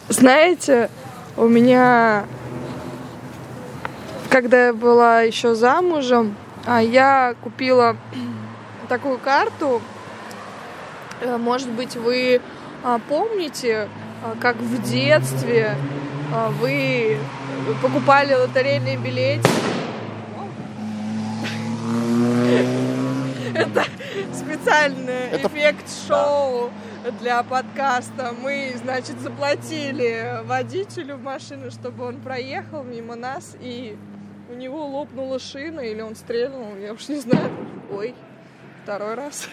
Знаете, у меня, когда я была еще замужем, я купила такую карту. Может быть, вы помните, как в детстве вы покупали лотерейные билетики. Это специальный эффект шоу для подкаста. Мы, значит, заплатили водителю машины, чтобы он проехал мимо нас, и у него лопнула шина, или он стрельнул, я уж не знаю. Ой, второй раз.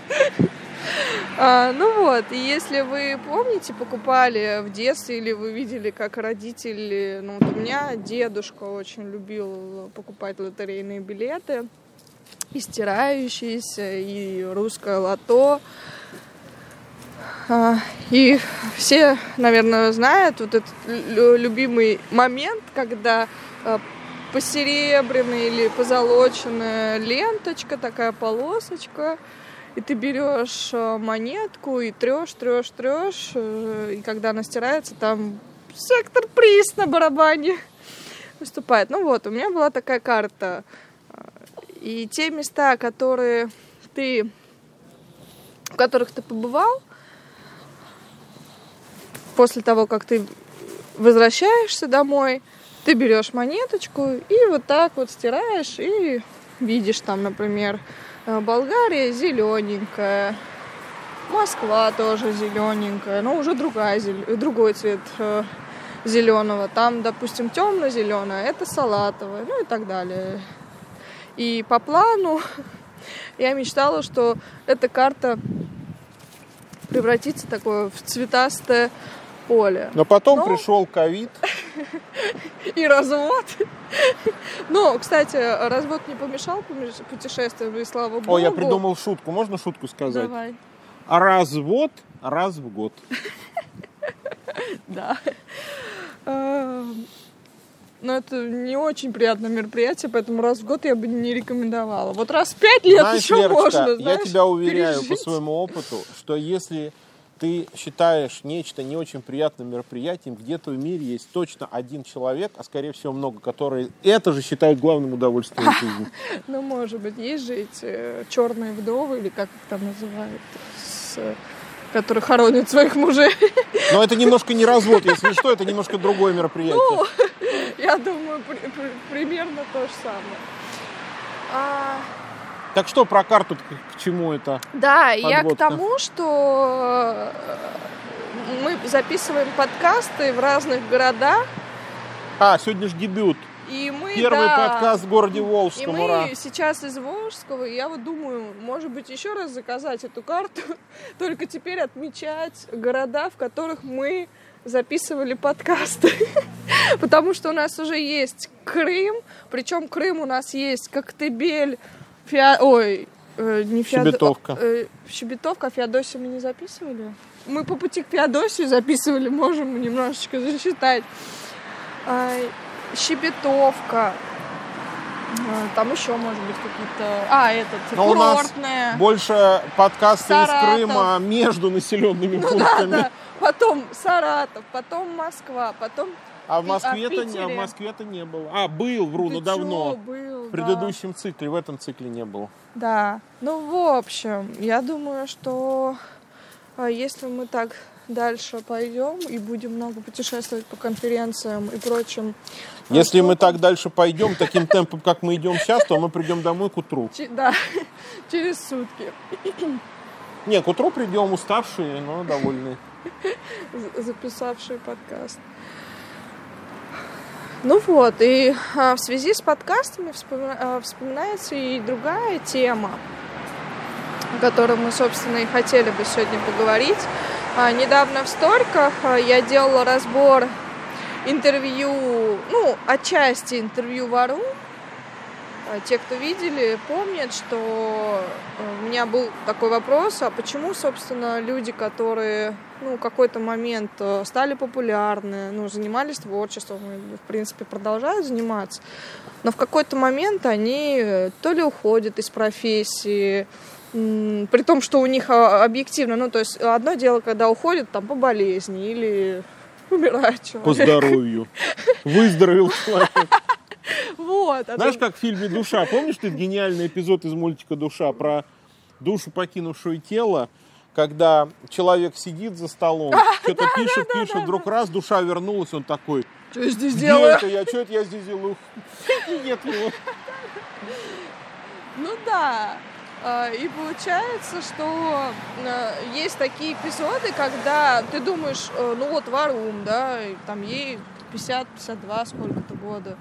Ну вот, и если вы помните, покупали в детстве, или вы видели, как родители, ну вот у меня дедушка очень любил покупать лотерейные билеты, и стирающиеся, и русское лото. И все, наверное, знают вот этот любимый момент, когда посеребряная или позолоченная ленточка, такая полосочка, и ты берешь монетку и трешь, и когда она стирается, там сектор приз на барабане выступает. Ну вот, у меня была такая карта. И те места, в которых ты побывал, после того, как ты возвращаешься домой, ты берешь монеточку и вот так вот стираешь, и видишь там, например, Болгария зелененькая, Москва тоже зелененькая, но уже другой цвет зеленого. Там, допустим, темно-зеленая, это салатовая, ну и так далее. И по плану я мечтала, что эта карта превратится такое в цветастое поле. Но потом пришел ковид. И развод. Но, кстати, развод не помешал путешествиям, и слава богу. Ой, я придумал шутку. Можно шутку сказать? Давай. Развод раз в год. Да. Но это не очень приятное мероприятие, поэтому раз в год я бы не рекомендовала. Вот раз в 5 лет знаешь, еще Верочка, можно, знаешь, я тебя уверяю пережить. по своему опыту, что если ты считаешь нечто не очень приятным мероприятием, где-то в мире есть точно один человек, а скорее всего много, которые это же считают главным удовольствием жизни. Ну, может быть, есть же эти черные вдовы, или как их там называют, которые хоронят своих мужей. Но это немножко не развод, если что, это немножко другое мероприятие. Ну, я думаю, примерно то же самое. Так что про карту к чему это? Да, подводка? Я к тому, что мы записываем подкасты в разных городах. Сегодня же дебют. И мы, Первый подкаст в городе Волжском, и ура! мы сейчас из Волжского, и я вот думаю, может быть, еще раз заказать эту карту, только теперь отмечать города, в которых мы записывали подкасты. Потому что у нас уже есть Крым, причем Крым у нас есть Коктебель, Щебетовка. Щебетовка, а Феодосию мы не записывали? Мы по пути к Феодосии записывали, можем немножечко засчитать. Щебетовка. Там еще, может быть, какие-то... курортные. У нас больше подкасты Саратов. из Крыма между населенными пунктами. Да. Потом Саратов, потом Москва, потом... А в Москве-то не было. Был, давно. Был, в предыдущем цикле, в этом цикле не было. Да. Ну, в общем, я думаю, что если мы так дальше пойдем и будем много путешествовать по конференциям и прочим... Если мы так дальше пойдем, таким темпом, как мы идем сейчас, то мы придем домой к утру. Да, через сутки. Не, к утру придем уставшие, но довольные. Записавшие подкаст. Ну вот, и в связи с подкастами вспоминается и другая тема, о которой мы, собственно, и хотели бы сегодня поговорить. Недавно в Сториках я делала разбор интервью, отчасти интервью Вару. Те, кто видели, помнят, что у меня был такой вопрос, а почему, собственно, люди, которые, в какой-то момент стали популярны, занимались творчеством и, в принципе, продолжают заниматься, но в какой-то момент они то ли уходят из профессии, при том, что у них объективно, то есть одно дело, когда уходят там по болезни или Умирает человек. По здоровью. Выздоровел человек. Вот. Знаешь, как в фильме «Душа»? Помнишь ты гениальный эпизод из мультика «Душа» про душу, покинувшую тело, когда человек сидит за столом, что-то пишет, вдруг раз, душа вернулась, он такой: что я здесь делаю? Что это я здесь делаю? Нет его. Ну да. И получается, что есть такие эпизоды, когда ты думаешь, ну вот Варум, да, там ей 50-52 сколько-то года.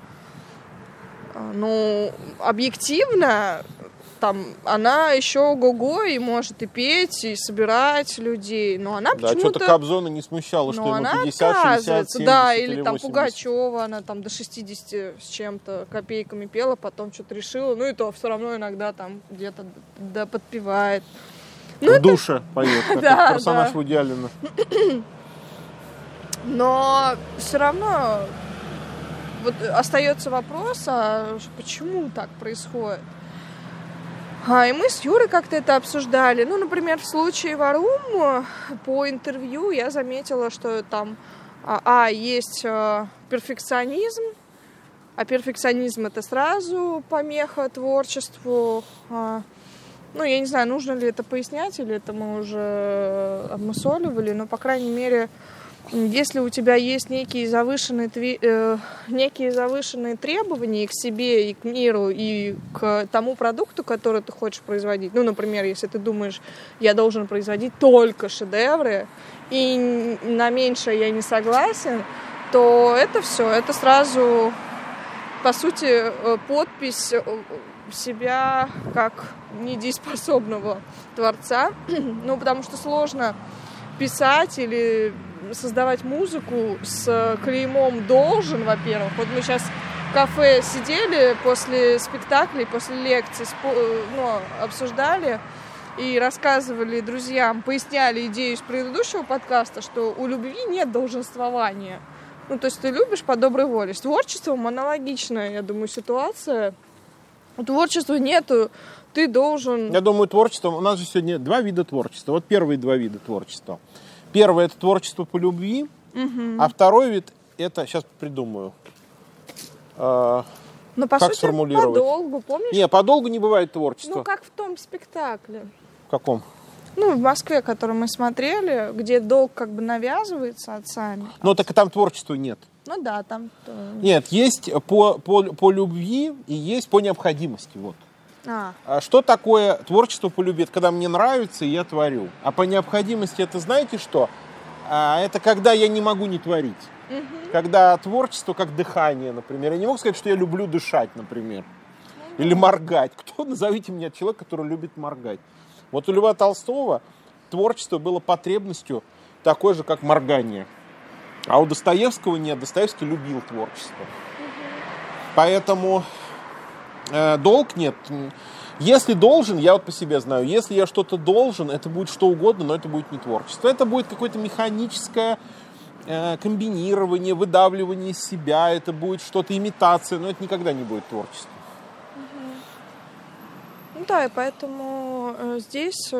Ну, объективно, там, она еще ого-го и может и петь, и собирать людей, но она почему-то... Да, что-то Кобзона не смущало, что ему 50, 60, 70 да, или там 80. Пугачева, она там до 60 с чем-то копейками пела, потом что-то решила, ну и то все равно иногда там где-то подпевает. Ну, в душе поет, как персонаж Вуди Аллена. Но все равно вот остается вопрос, а почему так происходит? И мы с Юрой как-то это обсуждали. Ну, например, в случае Варум по интервью я заметила, что там есть перфекционизм, а перфекционизм — это сразу помеха творчеству. Ну, я не знаю, нужно ли это пояснять, или это мы уже обмусоливали, но, по крайней мере, если у тебя есть некие завышенные требования к себе, и к миру, и к тому продукту, который ты хочешь производить, ну, например, если ты думаешь, я должен производить только шедевры, и на меньшее я не согласен, то это все, это сразу, по сути, подпись себя как недееспособного творца, ну, потому что сложно писать или создавать музыку с клеймом «должен», во-первых. Вот мы сейчас в кафе сидели после спектаклей, после лекций, обсуждали и рассказывали друзьям, поясняли идею из предыдущего подкаста, что у любви нет долженствования. Ну, то есть ты любишь по доброй воле. С творчеством аналогичная, я думаю, ситуация. У творчества нету, ты должен... Я думаю, творчество... У нас же сегодня два вида творчества. Вот первые два вида творчества. Первое — это творчество по любви, а второй вид — это... Сейчас придумаю. Но, по как сути, сформулировать? Подолгу, помнишь? Не, подолгу не бывает творчества. Ну, как в том спектакле. В каком? Ну, в Москве, который мы смотрели, где долг как бы навязывается отцами. Ну, так и там творчества нет. Ну да, там... Нет, есть по любви и есть по необходимости, вот. Что такое творчество по любви? Это когда мне нравится, и я творю. А по необходимости это знаете что? Это когда я не могу не творить. Когда творчество как дыхание, например. Я не могу сказать, что я люблю дышать, например. Или моргать. Кто, назовите мне человека, который любит моргать. Вот у Льва Толстого творчество было потребностью такой же, как моргание. А у Достоевского нет. Достоевский любил творчество. Поэтому... долг нет. Если должен, я вот по себе знаю, если я что-то должен, это будет что угодно, но это будет не творчество. Это будет какое-то механическое комбинирование, выдавливание из себя, это будет что-то имитация, но это никогда не будет творчество. Ну да, и поэтому здесь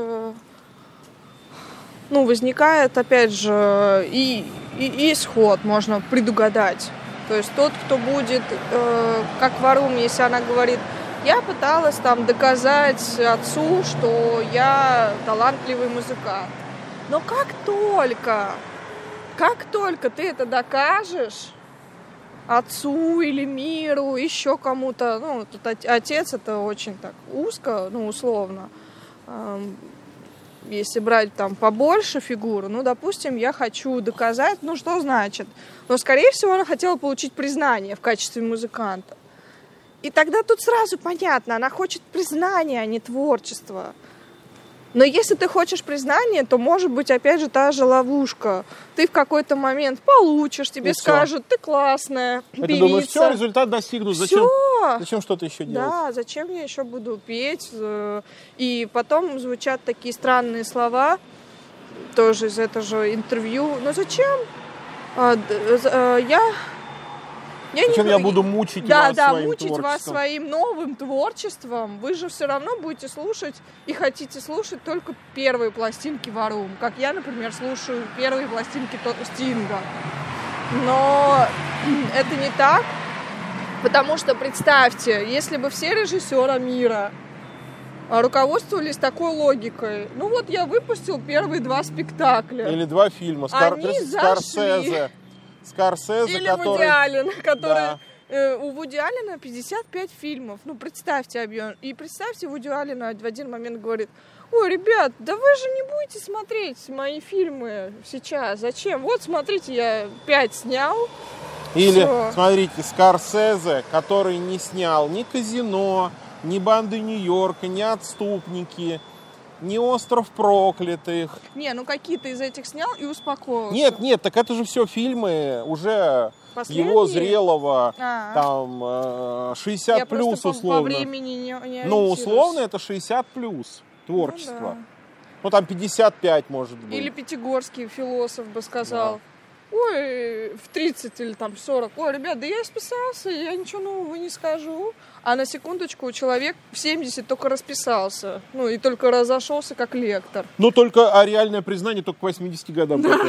возникает, опять же, и исход можно предугадать. То есть тот, кто будет, как Варум, если она говорит, я пыталась там доказать отцу, что я талантливый музыкант. Но как только ты это докажешь отцу или миру, еще кому-то, ну, тут отец это очень так узко, ну, условно, если брать там побольше фигуру, ну, допустим, я хочу доказать, ну, что значит? Но, скорее всего, она хотела получить признание в качестве музыканта. И тогда тут сразу понятно, она хочет признания, а не творчества. Но если ты хочешь признания, то, может быть, опять же, та же ловушка. Ты в какой-то момент получишь, тебе скажут, ты классная певица. Ты думаешь, все, результат достигнут, зачем что-то еще делать? Да, зачем я еще буду петь? И потом звучат такие странные слова, тоже из этого же интервью. Но зачем? Зачем я буду мучить вас своим мучить творчеством? вас своим новым творчеством. Вы же все равно будете слушать и хотите слушать только первые пластинки Варум. Как я, например, слушаю первые пластинки Стинга. Но это не так, потому что представьте, если бы все режиссеры мира руководствовались такой логикой. Ну вот я выпустил первые 2 спектакля. Или 2 фильма. Скорсезе. Или Вуди Аллен, который... У Вуди Аллена 55 фильмов. Ну, представьте объем. И представьте, Вуди Аллен в один момент говорит: ой, ребят, да вы же не будете смотреть мои фильмы сейчас. Зачем? Вот, смотрите, я 5 снял. Или, смотрите, Скорсезе, который не снял ни «Казино», ни «Банды Нью-Йорка», ни «Отступники», ни «Остров проклятых». Не, ну какие-то из этих снял и успокоился. Нет, так это же все фильмы уже последние? Его зрелого, там, 60 плюс условно. По времени не ориентируюсь. Ну, условно, это 60 плюс творчество. Ну, там 55, может быть. Или Пятигорский философ бы сказал: ой, в 30 или там 40, ой, ребят, да я списался, я ничего нового не скажу. А на секундочку человек в 70 только расписался. Ну, и только разошелся как лектор. Ну, только реальное признание только к 80 годам. Да.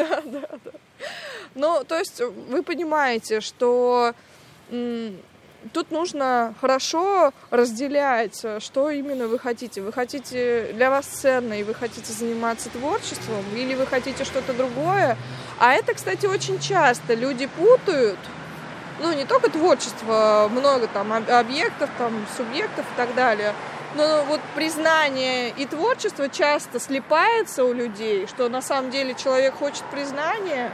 Ну, то есть вы понимаете, что тут нужно хорошо разделять, что именно вы хотите. Вы хотите, для вас ценно, и вы хотите заниматься творчеством, или вы хотите что-то другое. А это, кстати, очень часто люди путают. Ну, не только творчество, много там объектов, там, субъектов и так далее. Но вот признание и творчество часто слипается у людей, что на самом деле человек хочет признания,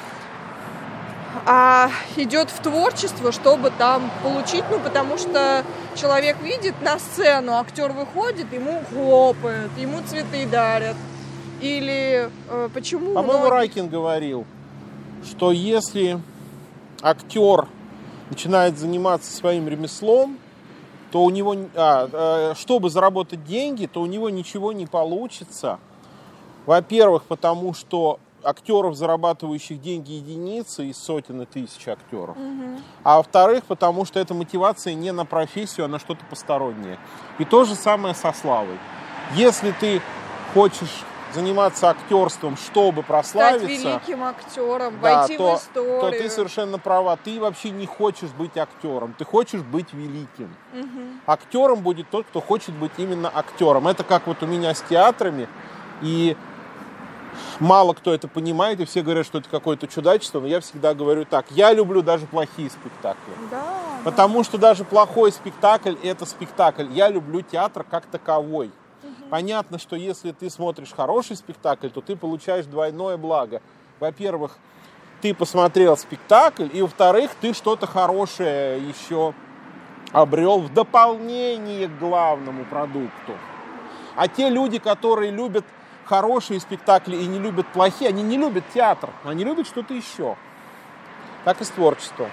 а идет в творчество, чтобы там получить, ну, потому что человек видит на сцену, актер выходит, ему хлопают, ему цветы дарят. Или почему... По-моему, Райкин говорил, что если актер начинает заниматься своим ремеслом, то у него, чтобы заработать деньги, то у него ничего не получится. Во-первых, потому что актеров, зарабатывающих деньги, единицы из сотен и тысяч актеров. А во-вторых, потому что эта мотивация не на профессию, а на что-то постороннее. И то же самое со славой. Если ты хочешь заниматься актерством, чтобы прославиться, стать великим актером, войти в историю, то ты совершенно права. Ты вообще не хочешь быть актером, ты хочешь быть великим. Актером будет тот, кто хочет быть именно актером. Это как вот у меня с театрами, и мало кто это понимает, и все говорят, что это какое-то чудачество, но я всегда говорю так: я люблю даже плохие спектакли. Потому что даже плохой спектакль — это спектакль. Я люблю театр как таковой. Понятно, что если ты смотришь хороший спектакль, то ты получаешь двойное благо. Во-первых, ты посмотрел спектакль, и во-вторых, ты что-то хорошее еще обрел в дополнение к главному продукту. А те люди, которые любят хорошие спектакли и не любят плохие, они не любят театр, они любят что-то еще. Так и с творчеством.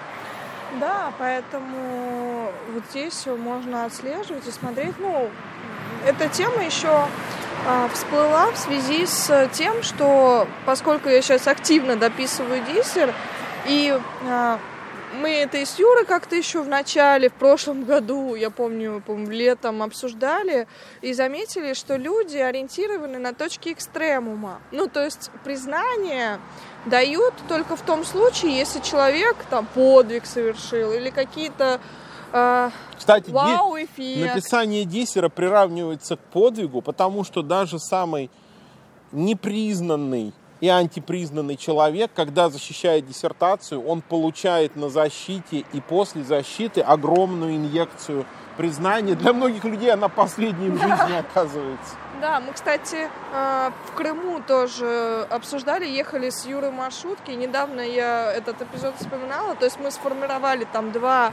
Да, поэтому вот здесь можно отслеживать и смотреть. Ну, эта тема еще всплыла в связи с тем, что поскольку я сейчас активно дописываю диссер, и мы это и с Юрой как-то еще в прошлом году, я помню, летом обсуждали и заметили, что люди ориентированы на точки экстремума. Ну, то есть признание дают только в том случае, если человек там подвиг совершил или какие-то кстати, вау-эффект. Написание диссера приравнивается к подвигу, потому что даже самый непризнанный и антипризнанный человек, когда защищает диссертацию, он получает на защите и после защиты огромную инъекцию признания. Для многих людей она последней в жизни оказывается. Да, мы, кстати, в Крыму тоже обсуждали, ехали с Юрой в маршрутке, и недавно я этот эпизод вспоминала, то есть мы сформировали там два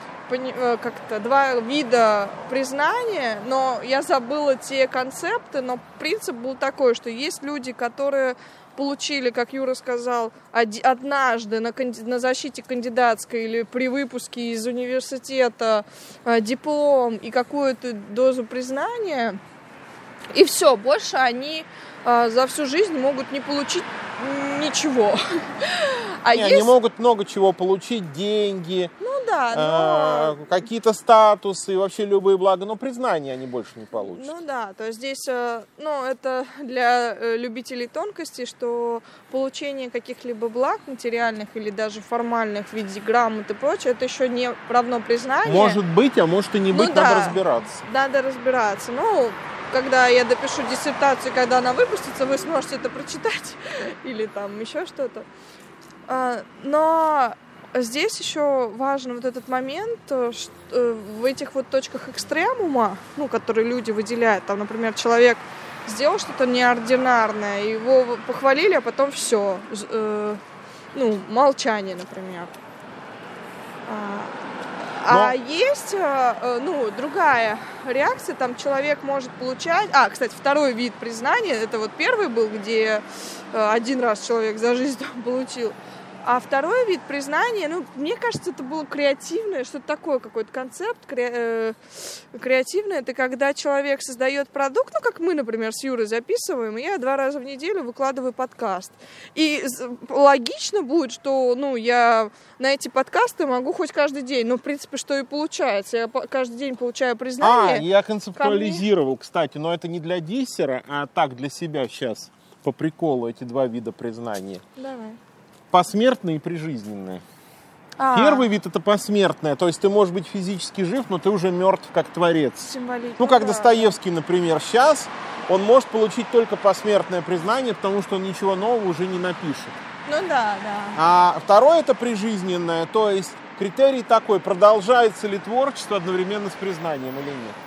вида признания, но я забыла те концепты, но принцип был такой, что есть люди, которые получили, как Юра сказал, однажды на защите кандидатской или при выпуске из университета диплом и какую-то дозу признания, и все, больше они за всю жизнь могут не получить ничего. Они могут много чего получить, деньги, какие-то статусы и вообще любые блага, но признания они больше не получат. Ну да, то есть здесь, это для любителей тонкостей, что получение каких-либо благ материальных или даже формальных в виде грамот и прочее, это еще не равно признанию. Может быть, а может и не быть, надо разбираться. Надо разбираться. Когда я допишу диссертацию, когда она выпустится, вы сможете это прочитать или там еще что-то. Но здесь еще важен вот этот момент, что в этих вот точках экстремума, которые люди выделяют, там, например, человек сделал что-то неординарное, его похвалили, а потом все, молчание, например. А есть, другая реакция, там человек может получать... кстати, второй вид признания, это вот первый был, где один раз человек за жизнь получил. А второй вид признания, мне кажется, это было креативное, что-то такое, какой-то концепт креативный. Это когда человек создает продукт, как мы, например, с Юрой записываем, и я 2 раза в неделю выкладываю подкаст. И логично будет, что, я на эти подкасты могу хоть каждый день. В принципе, что и получается. Я каждый день получаю признание. Я концептуализировал, кстати, но это не для диссера, а так, для себя сейчас, по приколу, эти 2 вида признания. Давай. Посмертное и прижизненное. Первый вид — это посмертное, то есть ты можешь быть физически жив, но ты уже мертв как творец. Символично. Как Достоевский, например, сейчас он может получить только посмертное признание, потому что он ничего нового уже не напишет. Да. А второе — это прижизненное, то есть критерий такой: продолжается ли творчество одновременно с признанием или нет.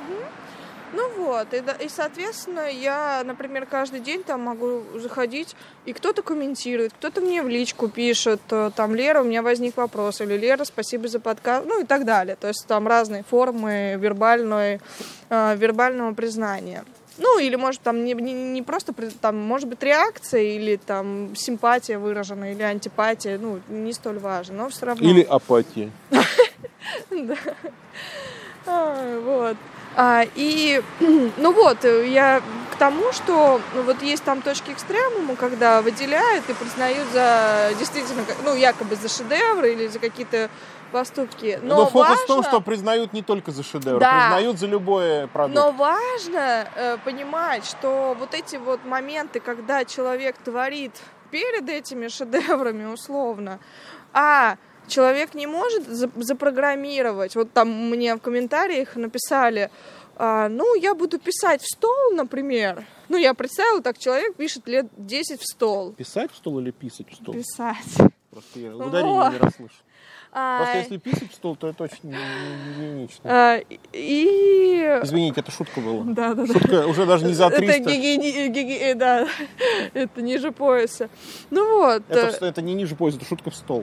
И, соответственно, я, например, каждый день там могу заходить, и кто-то комментирует, кто-то мне в личку пишет, там, Лера, у меня возник вопрос, или Лера, спасибо за подкаст, и так далее. То есть там разные формы вербального признания. Или, может, там не просто, там, может быть, реакция, или там симпатия выражена, или антипатия, не столь важно, но все равно. Или апатия. Да. Я к тому, что есть там точки экстремума, когда выделяют и признают за действительно, якобы за шедевры или за какие-то поступки. Но фокус в том, что признают не только за шедевр, признают за любой продукт. Но важно понимать, что вот эти вот моменты, когда человек творит перед этими шедеврами условно, человек не может запрограммировать. Вот там мне в комментариях написали, я буду писать в стол, например. Я представила, так человек пишет лет 10 в стол. Писать в стол или писать в стол? Писать. Просто я ударение не расслышал. Просто если писать в стол, то это очень гигиенично. Извините, это шутка была. Да. Шутка уже даже не за 300. Это это ниже пояса. Это не ниже пояса, это шутка в стол.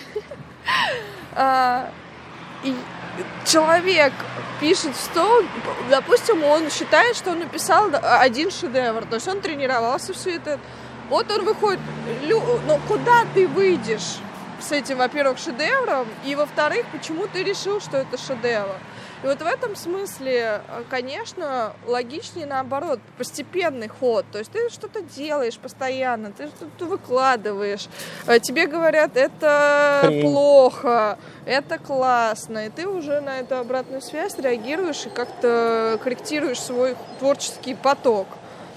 Человек пишет в стол, допустим, он считает, что он написал один шедевр, то есть он тренировался все это. Вот он выходит, но куда ты выйдешь с этим, во-первых, шедевром, и, во-вторых, почему ты решил, что это шедевр? И вот в этом смысле, конечно, логичнее наоборот, постепенный ход. То есть ты что-то делаешь постоянно, ты что-то выкладываешь. Тебе говорят, это плохо, это классно. И ты уже на эту обратную связь реагируешь и как-то корректируешь свой творческий поток.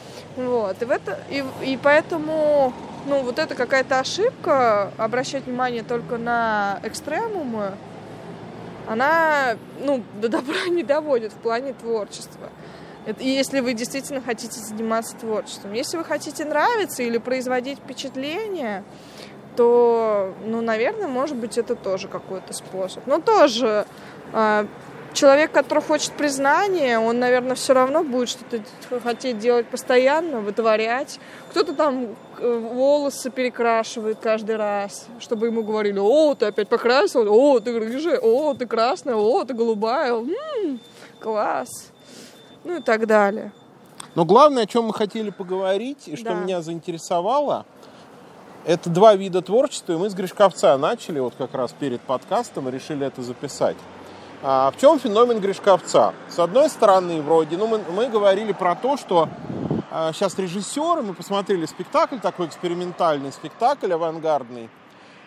И поэтому, это какая-то ошибка, обращать внимание только на экстремумы. Она, до добра не доводит в плане творчества. Это если вы действительно хотите заниматься творчеством. Если вы хотите нравиться или производить впечатление, то, наверное, может быть, это тоже какой-то способ. Но тоже человек, который хочет признания, он, наверное, все равно будет что-то хотеть делать постоянно, вытворять. Кто-то там волосы перекрашивает каждый раз, чтобы ему говорили: о, ты опять покрасила, о, ты рыжая, о, ты красная, о, ты голубая, класс. И так далее. Но главное, о чем мы хотели поговорить, и что меня заинтересовало, это 2 вида творчества, и мы с Гришковца начали, как раз перед подкастом, и решили это записать. В чем феномен Гришковца? С одной стороны, вроде, мы говорили про то, что сейчас режиссеры, мы посмотрели спектакль, такой экспериментальный спектакль, авангардный,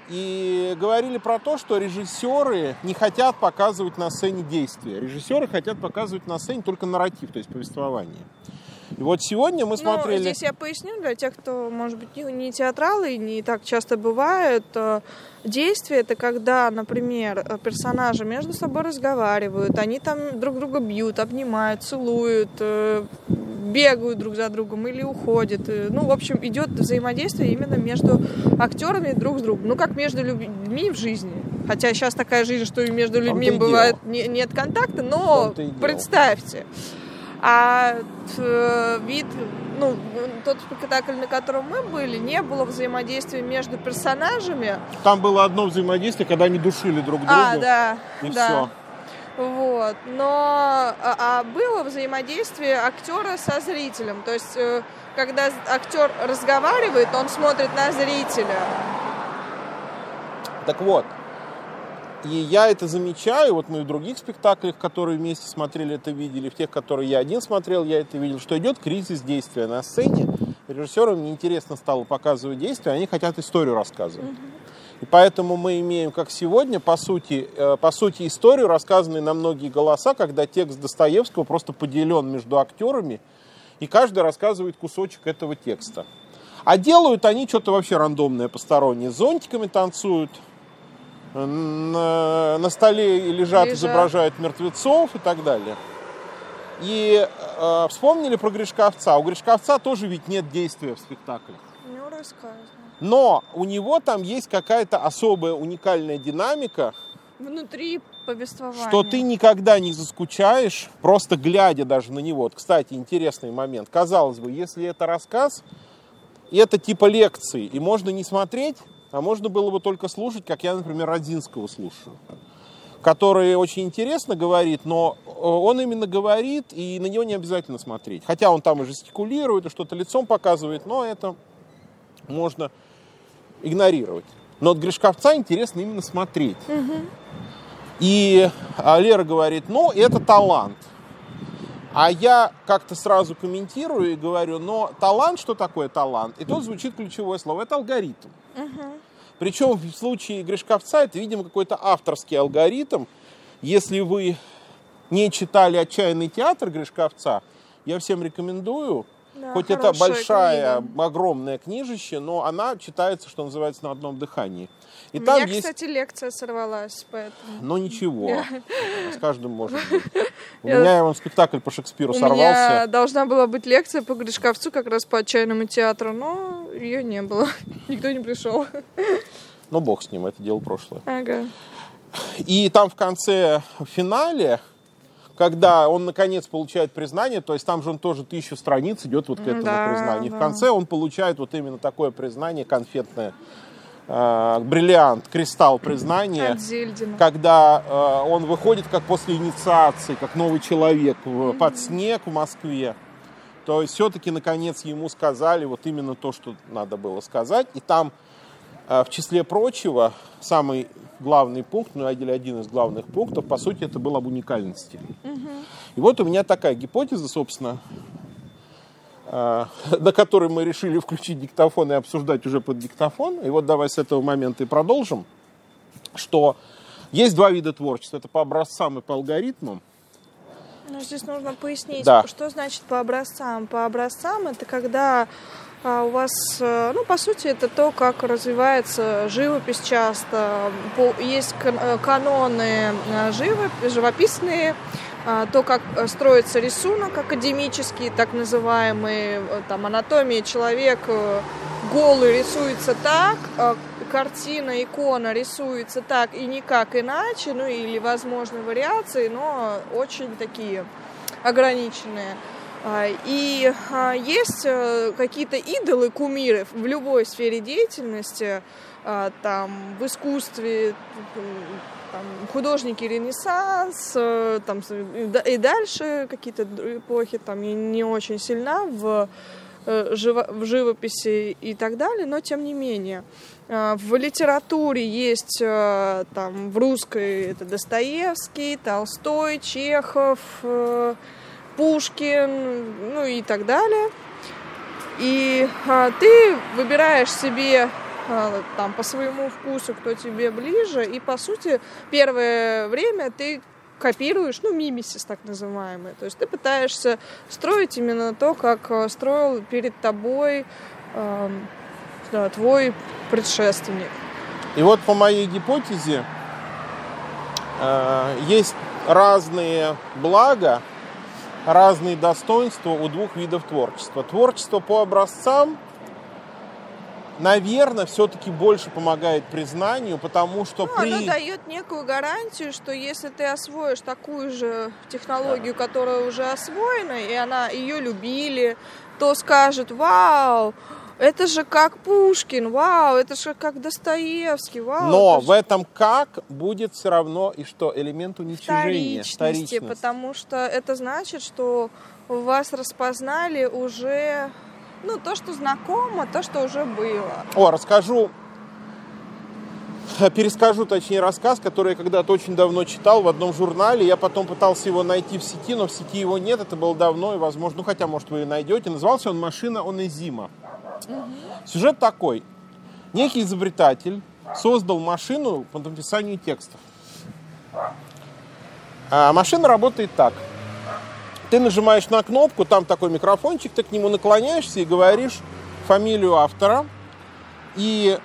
И говорили про то, что режиссеры не хотят показывать на сцене действия. Режиссеры хотят показывать на сцене только нарратив, то есть повествование. И вот сегодня мы смотрели... Здесь я поясню для тех, кто, может быть, не театралы, и не так часто бывает. Действие — это когда, например, персонажи между собой разговаривают, они там друг друга бьют, обнимают, целуют, бегают друг за другом или уходят. В общем, идет взаимодействие именно между актерами друг с другом. Как между людьми в жизни. Хотя сейчас такая жизнь, что и между людьми бывает нет контакта, но представьте. А вид, тот спектакль, на котором мы были, не было взаимодействия между персонажами. Там было одно взаимодействие, когда они душили друг друга. Все. Вот. Но было взаимодействие актера со зрителем. То есть, когда актер разговаривает, он смотрит на зрителя. Так вот. И я это замечаю, вот мы в других спектаклях, которые вместе смотрели, это видели, в тех, которые я один смотрел, я это видел, что идет кризис действия на сцене. Режиссерам неинтересно стало показывать действия, они хотят историю рассказывать. И поэтому мы имеем, как сегодня, по сути, историю, рассказанную на многие голоса, когда текст Достоевского просто поделен между актерами, и каждый рассказывает кусочек этого текста. А делают они что-то вообще рандомное, постороннее. С зонтиками танцуют. На столе лежат, изображают мертвецов и так далее. И вспомнили про Гришковца. У Гришковца тоже ведь нет действия в спектаклях. Но у него там есть какая-то особая уникальная динамика. Внутри повествования. Что ты никогда не заскучаешь, просто глядя даже на него. Вот, кстати, интересный момент. Казалось бы, если это рассказ, это типа лекции, и можно не смотреть, а можно было бы только слушать, как я, например, Родзинского слушаю, который очень интересно говорит, но он именно говорит, и на него не обязательно смотреть. Хотя он там и жестикулирует, и что-то лицом показывает, но это можно игнорировать. Но от Гришковца интересно именно смотреть. И Лера говорит, это талант. А я как-то сразу комментирую и говорю, но талант, что такое талант? И тут звучит ключевое слово, это алгоритм. Причем в случае Гришковца это, видимо, какой-то авторский алгоритм. Если вы не читали «Отчаянный театр» Гришковца, я всем рекомендую. Да, хоть это большая, огромная книжище, но она читается, что называется, на одном дыхании. И у меня, кстати, лекция сорвалась, поэтому... Но ничего, с каждым может быть. У меня вон спектакль по Шекспиру сорвался. У меня должна была быть лекция по Гришковцу, как раз по «Отчаянному театру», но ее не было. Никто не пришел. Ну, бог с ним, это дело прошлое. Ага. И там в конце, в финале, когда он наконец получает признание, то есть там же он тоже 1000 страниц идет вот к этому признанию. Да. В конце он получает вот именно такое признание конфетное, бриллиант, кристалл признания, когда он выходит как после инициации, как новый человек под снег в Москве. То есть все-таки наконец ему сказали вот именно то, что надо было сказать. И там в числе прочего самый главный пункт, один из главных пунктов, по сути, это был об уникальности. И вот у меня такая гипотеза, собственно, на которой мы решили включить диктофон и обсуждать уже под диктофон. И вот давай с этого момента и продолжим, что есть два вида творчества. Это по образцам и по алгоритмам. Ну, здесь нужно пояснить, да. Что значит по образцам. По образцам это когда у вас, по сути, это то, как развивается живопись часто. Есть каноны живописные, то, как строится рисунок академический, так называемый, там, анатомия человека, голый рисуется так, картина, икона рисуется так и никак иначе, или возможны вариации, но очень такие ограниченные. И есть какие-то идолы, кумиры в любой сфере деятельности, там, в искусстве, там, художники Ренессанс, там, и дальше какие-то эпохи, там, не очень сильна в живописи и так далее, но тем не менее. В литературе есть там, в русской это Достоевский, Толстой, Чехов, Пушкин, и так далее. И ты выбираешь себе там, по своему вкусу, кто тебе ближе, и, по сути, первое время ты копируешь, мимесис так называемый, то есть ты пытаешься строить именно то, как строил перед тобой твой предшественник. И вот по моей гипотезе есть разные блага, разные достоинства у двух видов творчества. Творчество по образцам, наверное, все-таки больше помогает признанию, потому что оно дает некую гарантию, что если ты освоишь такую же технологию, которая уже освоена, и ее любили, то скажут: вау, это же как Пушкин, вау, это же как Достоевский, вау. Но в этом как будет все равно и что? Элемент уничижения. Вторичности, потому что это значит, что вас распознали уже, то, что знакомо, то, что уже было. Перескажу, точнее, рассказ, который я когда-то очень давно читал в одном журнале. Я потом пытался его найти в сети, но в сети его нет, это было давно, и, возможно, хотя, может, вы и найдете. Назывался он «Машина Онезима». Сюжет такой. Некий изобретатель создал машину по написанию текстов. Машина работает так. Ты нажимаешь на кнопку, там такой микрофончик, ты к нему наклоняешься и говоришь фамилию автора. И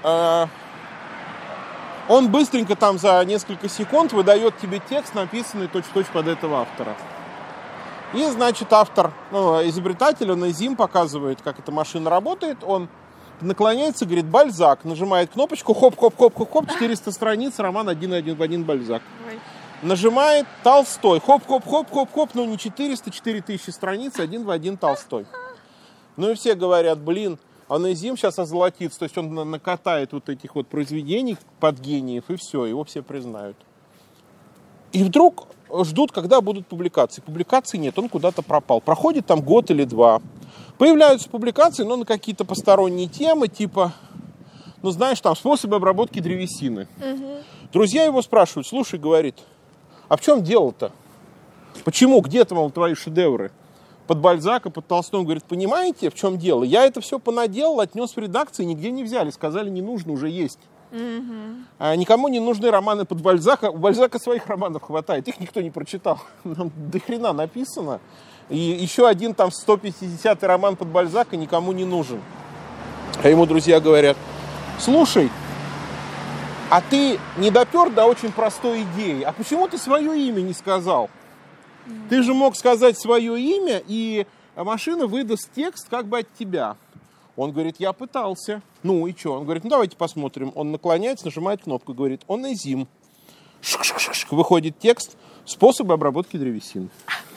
он быстренько там за несколько секунд выдает тебе текст, написанный точь-в-точь под этого автора. И, значит, автор, изобретатель, Онезим, показывает, как эта машина работает. Он наклоняется, говорит: Бальзак. Нажимает кнопочку, хоп-хоп-хоп-хоп-хоп, 400 страниц, роман один в один Бальзак. Нажимает Толстой, хоп-хоп-хоп-хоп-хоп, не 400, 4000 страниц, один в один Толстой. И все говорят: блин, Онезим сейчас озолотится. То есть он накатает вот этих вот произведений под гениев, и все, его все признают. И вдруг ждут, когда будут публикации. Публикаций нет, он куда-то пропал. Проходит там год или два. Появляются публикации, но на какие-то посторонние темы, типа, там способы обработки древесины. Угу. Друзья его спрашивают: слушай, говорит, а в чем дело-то? Почему? Где-то, мол, твои шедевры? Под Бальзака, под Толстого. Он говорит: понимаете, в чем дело? Я это все понаделал, отнес в редакции, нигде не взяли. Сказали: не нужно, уже есть. Никому не нужны романы под Бальзака. У Бальзака своих романов хватает, их никто не прочитал. Нам до хрена написано. И еще один там 150-й роман под Бальзака никому не нужен. А ему друзья говорят: слушай, а ты не допер до очень простой идеи. А почему ты свое имя не сказал? Ты же мог сказать свое имя, и машина выдаст текст как бы от тебя. Он говорит: я пытался. Ну и что? Он говорит: давайте посмотрим. Он наклоняется, нажимает кнопку, говорит: Онезим. Шик-шик-шик. Выходит текст: способы обработки древесины.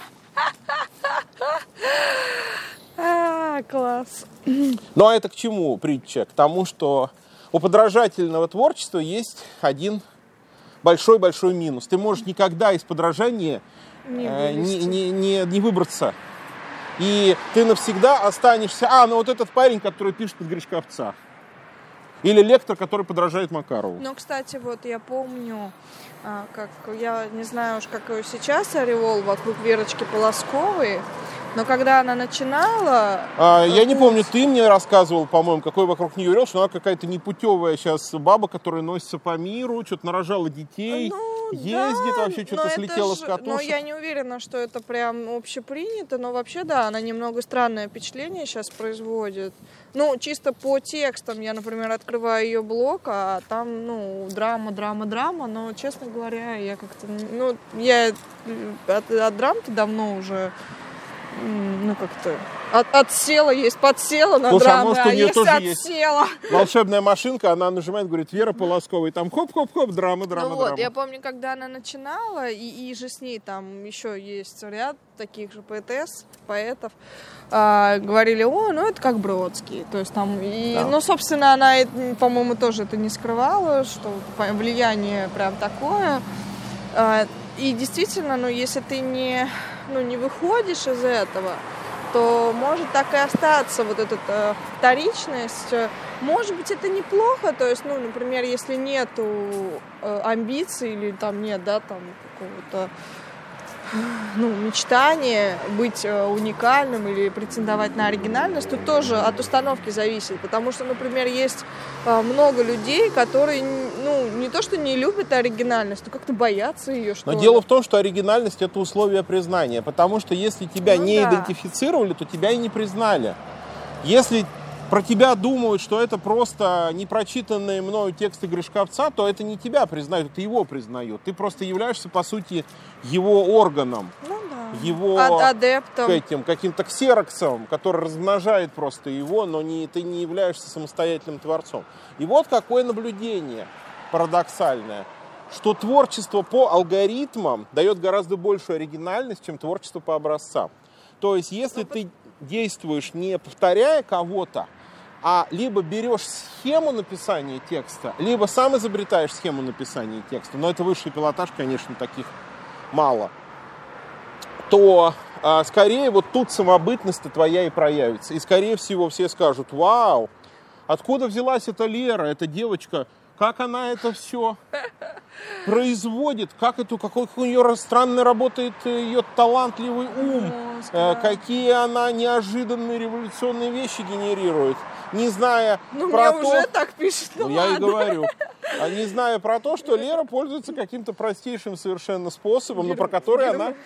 Класс. Ну а это к чему притча? К тому, что у подражательного творчества есть один большой-большой минус. Ты можешь никогда из подражания не выбраться. И ты навсегда останешься... вот этот парень, который пишет под Гришковца. Или лектор, который подражает Макарову. Кстати, вот я помню, я не знаю уж, какой сейчас ореол вокруг Верочки Полосковой, но когда она начинала... Я не помню, ты мне рассказывал, по-моему, какой вокруг нее ореол, что она какая-то непутевая сейчас баба, которая носится по миру, что-то нарожала детей, ездит, вообще что-то слетела с катушек. Но я не уверена, что это прям общепринято, но вообще, да, она немного странное впечатление сейчас производит. Чисто по текстам я, например, открываю ее блог, а там, драма, но, честно говоря, я как-то, я от драм-то давно уже... как-то отсела, есть подсела на драмы, а есть отсела. Есть волшебная машинка, она нажимает, говорит: Вера Полоскова, и там хоп-хоп-хоп, драма. Я помню, когда она начинала, и же с ней там еще есть ряд таких же поэтов, говорили: это как Бродский. То есть там, собственно, она, по-моему, тоже это не скрывала, что влияние прям такое. И действительно, если ты не выходишь из этого, то может так и остаться вот эта вторичность. Может быть, это неплохо, то есть, например, если нету амбиций или там нет, там какого-то мечтание быть уникальным или претендовать на оригинальность, тут тоже от установки зависит. Потому что, например, есть много людей, которые, не то что не любят оригинальность, но как-то боятся ее, что ли. Но дело в том, что оригинальность — это условие признания. Потому что если тебя идентифицировали, то тебя и не признали. Если про тебя думают, что это просто непрочитанные мною тексты Гришковца, то это не тебя признают, это его признают. Ты просто являешься, по сути, его органом, его адептом, каким-то ксероксом, который размножает просто его, но ты не являешься самостоятельным творцом. И вот какое наблюдение парадоксальное, что творчество по алгоритмам дает гораздо большую оригинальность, чем творчество по образцам. То есть, если ты действуешь не повторяя кого-то, а либо берешь схему написания текста, либо сам изобретаешь схему написания текста, но это высший пилотаж, конечно, таких мало, то скорее вот тут самобытность-то твоя и проявится. И скорее всего все скажут: вау, откуда взялась эта Лера, эта девочка, как она это все производит, какой у нее странно работает ее талантливый ум, какие она неожиданные революционные вещи генерирует, не зная про то... уже так пишет, я и говорю. Не зная про то, что Лера пользуется каким-то простейшим совершенно способом, но про который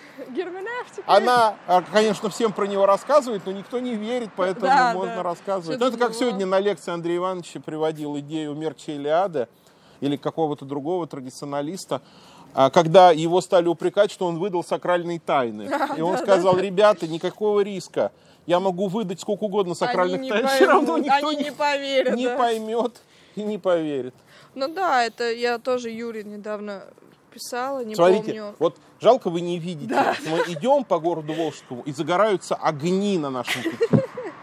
она, конечно, всем про него рассказывает, но никто не верит, поэтому можно рассказывать. Это как сегодня на лекции Андрей Иванович приводил идею Мерча Илиады или какого-то другого традиционалиста, когда его стали упрекать, что он выдал сакральные тайны. И он сказал: ребята, никакого риска. Я могу выдать сколько угодно сакральных тайн, все равно никто не поймет и не поверит. Ну да, это я тоже Юре недавно писала, не помню. Смотрите, вот жалко вы не видите. Да. Мы идем по городу Волжскому, и загораются огни на нашем пути.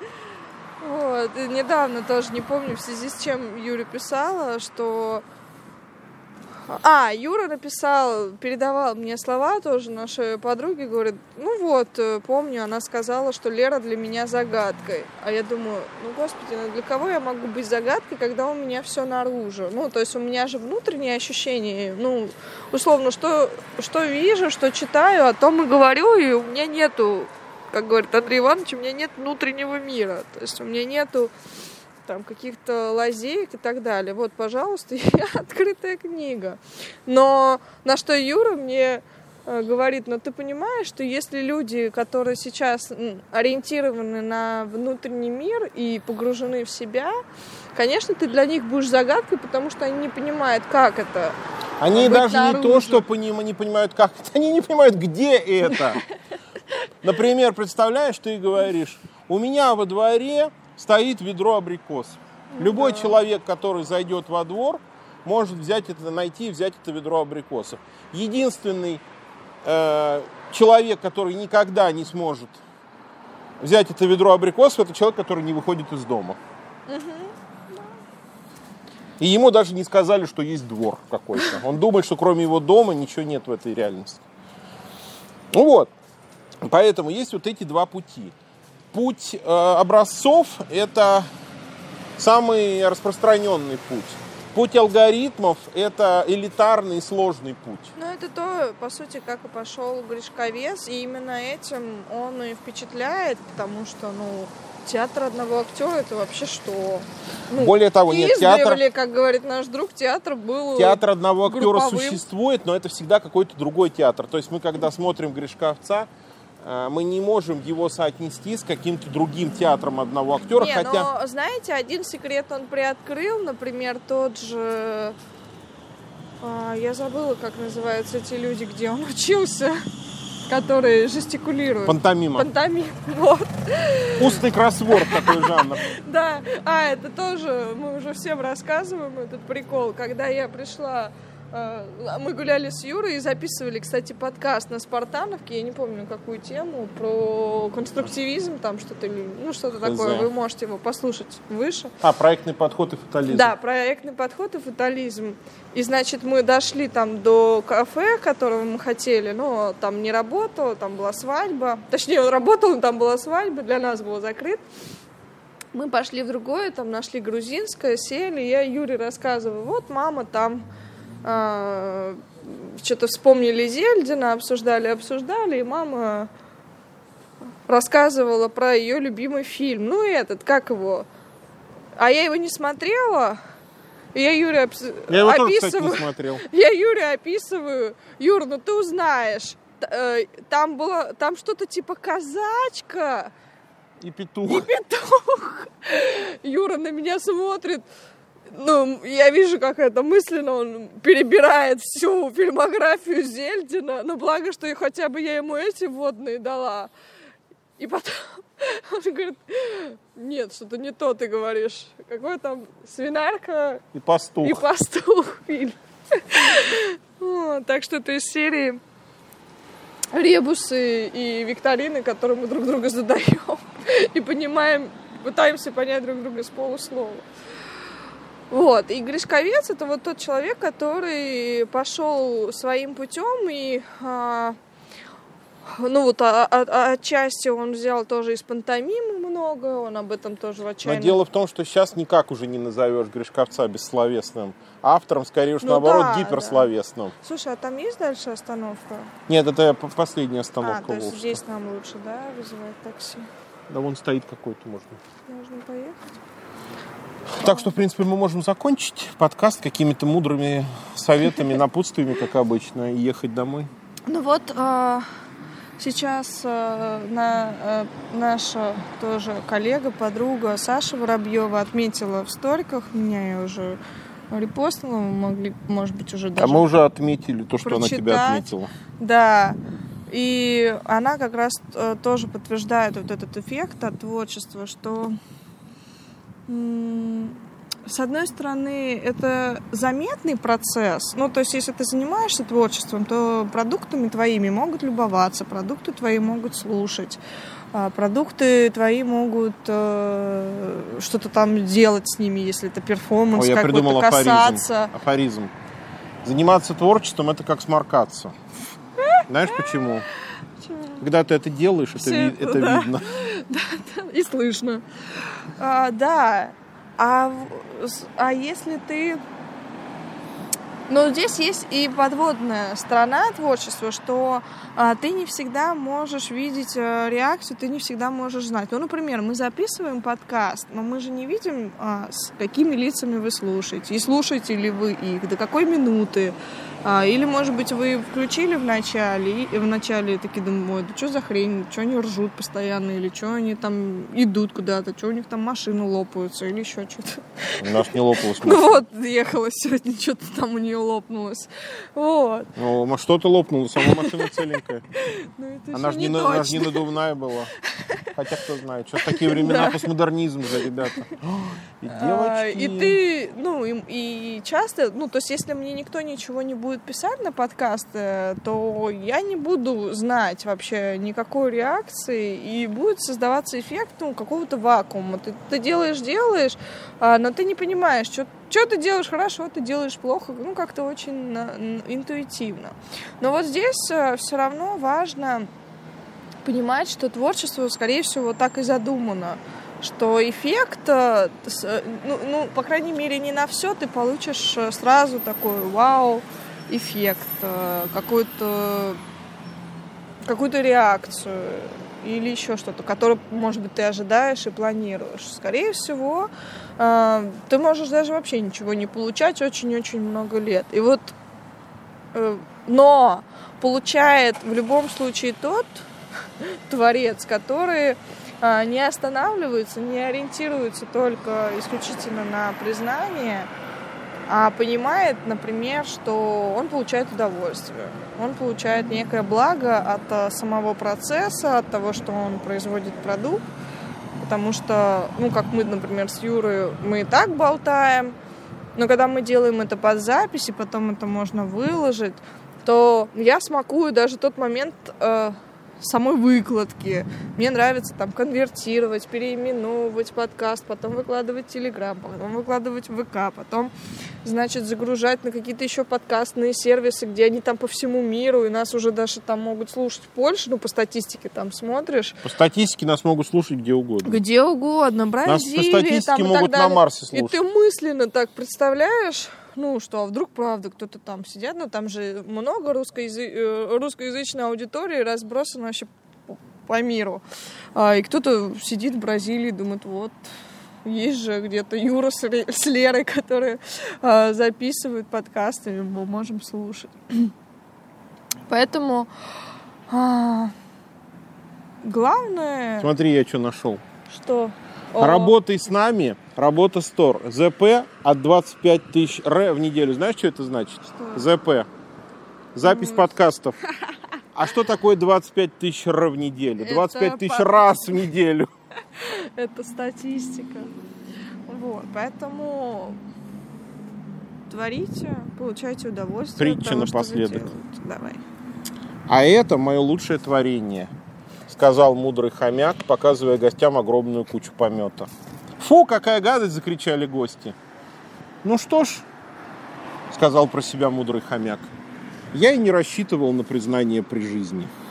Вот, и недавно тоже, не помню, в связи с чем Юре писала, что... Юра передавал мне слова тоже нашей подруги, говорит: помню, она сказала, что Лера для меня загадкой. А я думаю, господи, для кого я могу быть загадкой, когда у меня все наружу? То есть у меня же внутренние ощущения, условно, что вижу, что читаю, о том и говорю, и у меня нету, как говорит Андрей Иванович, у меня нет внутреннего мира, то есть у меня нету там каких-то лазеек и так далее. Вот, пожалуйста, я открытая книга. Но на что Юра мне говорит: ты понимаешь, что если люди, которые сейчас ориентированы на внутренний мир и погружены в себя, конечно, ты для них будешь загадкой, потому что они не понимают, как это. Они даже наружу. Не то, что не понимают, как это, они не понимают, где это. Например, представляешь, ты говоришь: у меня во дворе стоит ведро абрикос. Любой человек, который зайдет во двор, может взять это ведро абрикосов. Единственный человек, который никогда не сможет взять это ведро абрикосов, это человек, который не выходит из дома. И ему даже не сказали, что есть двор какой-то. Он думает, что кроме его дома ничего нет в этой реальности. Поэтому есть вот эти два пути. Путь образцов – это самый распространенный путь. Путь алгоритмов – это элитарный и сложный путь. Это то, по сути, как и пошел Гришковец, и именно этим он и впечатляет, потому что, театр одного актера – это вообще что? Более того, нет, театр... как говорит наш друг, театр был Театр одного актера групповым. Существует, но это всегда какой-то другой театр. То есть мы, когда смотрим Гришковца, мы не можем его соотнести с каким-то другим театром одного актера. Но, знаете, один секрет он приоткрыл, например, тот же... я забыла, как называются эти люди, где он учился, которые жестикулируют. Пантомима. Вот. Устный кроссворд такой жанр. Да, это тоже, мы уже всем рассказываем этот прикол. Когда я пришла... Мы гуляли с Юрой и записывали, кстати, подкаст на Спартановке. Я не помню, какую тему, про конструктивизм, там что-то, что-то такое. Вы можете его послушать выше. Проектный подход и фатализм. Да, проектный подход и фатализм. И, значит, мы дошли там до кафе, которого мы хотели, но там не работало, там была свадьба. Точнее, он работал, но там была свадьба, для нас был закрыт. Мы пошли в другое, там нашли грузинское, сели, я Юре рассказываю: вот мама там что-то вспомнили Зельдина, обсуждали, и мама рассказывала про ее любимый фильм. Ну, этот, как его? А я его не смотрела. Я Юре описываю. Кстати, не смотрел. Я Юре описываю. Юр, ну ты узнаешь. Там что-то типа казачка. И петух. Юра на меня смотрит. Ну, я вижу, как это мысленно он перебирает всю фильмографию Зельдина. Но благо, что хотя бы я ему эти вводные дала. И потом он говорит, нет, что-то не то ты говоришь. Какой там свинарка и пастух фильм. Так что это из серии ребусы и викторины, которые мы друг друга задаем. И пытаемся понять друг друга с полуслова. Вот. И Гришковец — это вот тот человек, который пошел своим путем и... отчасти он взял тоже из пантомимы много, он об этом тоже в отчаянии. Но дело в том, что сейчас никак уже не назовешь Гришковца бессловесным автором, скорее уж наоборот, гиперсловесным. Да. Слушай, а там есть дальше остановка? Нет, это последняя остановка. То есть здесь нам лучше, да, вызывать такси? Да вон стоит какой-то, можно поехать. Так что, в принципе, мы можем закончить подкаст какими-то мудрыми советами, напутствиями, как обычно, и ехать домой. Ну вот... Сейчас наша тоже коллега, подруга Саша Воробьева отметила в сториках, меня я уже репостнула, мы могли, может быть, уже даже... А мы уже отметили то, что прочитать. Она тебя отметила. Да, и она как раз тоже подтверждает вот этот эффект от творчества, что... С одной стороны, это заметный процесс. Ну, то есть, если ты занимаешься творчеством, то продуктами твоими могут любоваться, продукты твои могут слушать, продукты твои могут что-то там делать с ними, если это перформанс какой-то, придумал касаться. Афоризм. Заниматься творчеством — это как сморкаться. Знаешь почему? Когда ты это делаешь, это видно. Да, и слышно. Да. А если ты... Но здесь есть и подводная сторона творчества, что ты не всегда можешь видеть реакцию, ты не всегда можешь знать. Ну, например, мы записываем подкаст, но мы же не видим, с какими лицами вы слушаете, и слушаете ли вы их, до какой минуты. Или, может быть, вы включили в начале, и в начале такие думают, да что за хрень, что они ржут постоянно, или что они там идут куда-то, что у них там машины лопаются, или еще что-то. У нас не лопалась машина. Ну вот, ехала сегодня, что-то там у нее лопнулось. Вот. Ну, что-то лопнуло, сама машина целенькая. Она же не надувная была. Хотя кто знает, сейчас такие времена, постмодернизм же, ребята. И девочки. И ты, и часто, то есть если мне никто ничего не будет писать на подкаст, то я не буду знать вообще никакой реакции, и будет создаваться эффект какого-то вакуума. Ты делаешь, но ты не понимаешь, что ты делаешь хорошо, ты делаешь плохо, как-то очень интуитивно. Но вот здесь все равно важно понимать, что творчество, скорее всего, так и задумано, что эффект, по крайней мере, не на все ты получишь сразу такой вау-эффект, какую-то реакцию или еще что-то, которое, может быть, ты ожидаешь и планируешь. Скорее всего, ты можешь даже вообще ничего не получать очень-очень много лет. И вот, но получает в любом случае тот творец, который не останавливается, не ориентируется только исключительно на признание, а понимает, например, что он получает удовольствие, он получает некое благо от самого процесса, от того, что он производит продукт, потому что, как мы, например, с Юрой, мы и так болтаем, но когда мы делаем это под запись, и потом это можно выложить, то я смакую даже тот момент самой выкладки. Мне нравится там конвертировать, переименовывать подкаст, потом выкладывать в Телеграм, потом выкладывать в ВК, потом, загружать на какие-то еще подкастные сервисы, где они там по всему миру, и нас уже даже там могут слушать в Польше, по статистике там смотришь. По статистике нас могут слушать где угодно. Где угодно, Бразилия. Нас по статистике могут на Марсе слушать. И ты мысленно так представляешь, ну, что, а вдруг правда кто-то там сидят, ну, там же много русскоязычной аудитории разбросано вообще по миру. И кто-то сидит в Бразилии, думает, вот, есть же где-то Юра с Лерой, которые записывают подкасты, мы можем слушать. Поэтому главное... Смотри, я что нашел. Что? Работай с нами, работа стор. ЗП от 25 тысяч в неделю. Знаешь, что это значит? Что? ЗП. Запись подкастов. А что такое 25 тысяч в неделю? 25 тысяч раз в неделю. Это статистика. Вот, поэтому творите, получайте удовольствие. Притча напоследок. Давай. А это мое лучшее творение, сказал мудрый хомяк, показывая гостям огромную кучу помета. Фу, какая гадость, закричали гости. Ну что ж, сказал про себя мудрый хомяк, я и не рассчитывал на признание при жизни.